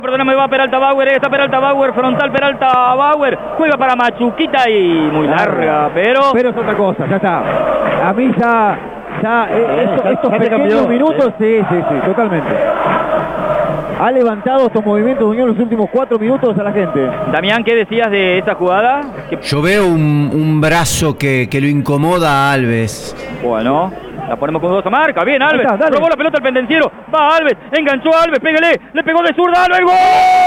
Perdóname, va Peralta Bauer, está Peralta Bauer, frontal Peralta Bauer, juega para Machuquita y muy larga, pero es otra cosa, ya está. A mí estos pequeños minutos, sí, totalmente. Ha levantado estos movimientos de Unión los últimos 4 minutos a la gente. Damián, ¿qué decías de esta jugada? Yo veo un brazo que lo incomoda a Alves. Bueno, la ponemos con dudosa marca. Bien, Alves. Está, robó la pelota al pendenciero. Va Alves. Enganchó a Alves. Pégale. Le pegó de zurda. Alves. ¡Gol!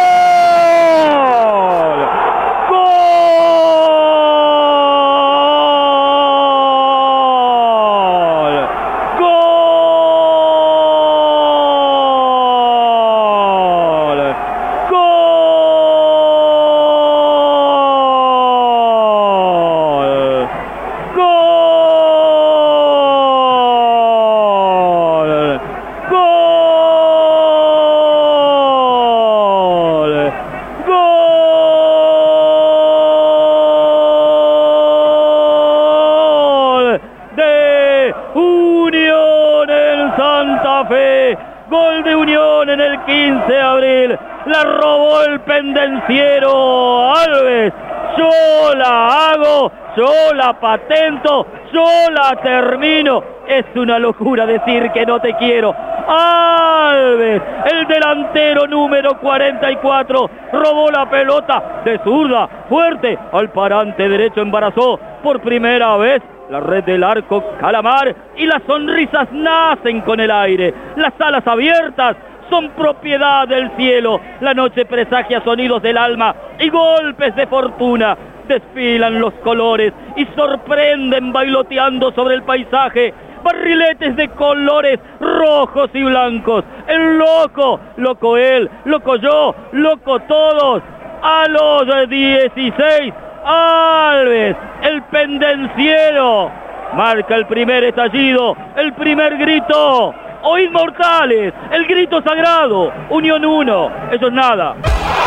Gol de Unión en el 15 de abril. La robó el pendenciero Alves. Yo la hago, yo la patento, yo la termino. Es una locura decir que no te quiero. Alves, el delantero número 44, robó la pelota de zurda, fuerte, al parante derecho embarazó por primera vez la red del arco Calamar y las sonrisas nacen con el aire. Las alas abiertas son propiedad del cielo. La noche presagia sonidos del alma y golpes de fortuna. Desfilan los colores y sorprenden bailoteando sobre el paisaje. Barriletes de colores rojos y blancos. El loco, loco él, loco yo, loco todos. A los 16, Alves, el pendenciero, marca el primer estallido, el primer grito. ¡Oh, inmortales! El grito sagrado. Unión 1, eso es nada.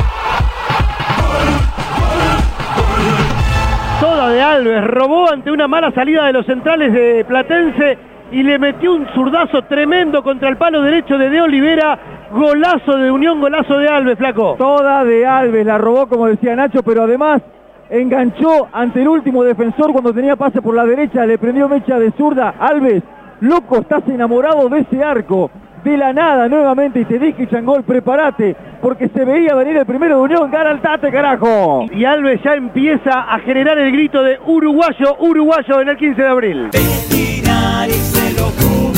Toda de Alves, robó ante una mala salida de los centrales de Platense y le metió un zurdazo tremendo contra el palo derecho de Olivera. Golazo de Unión, golazo de Alves, flaco. Toda de Alves, la robó como decía Nacho, pero además enganchó ante el último defensor cuando tenía pase por la derecha, le prendió mecha de zurda. Alves, loco, estás enamorado de ese arco. De la nada nuevamente, y te dije, Changol, prepárate, porque se veía venir el primero de Unión. ¡Garaltate, carajo! Y Alves ya empieza a generar el grito de uruguayo, uruguayo en el 15 de abril.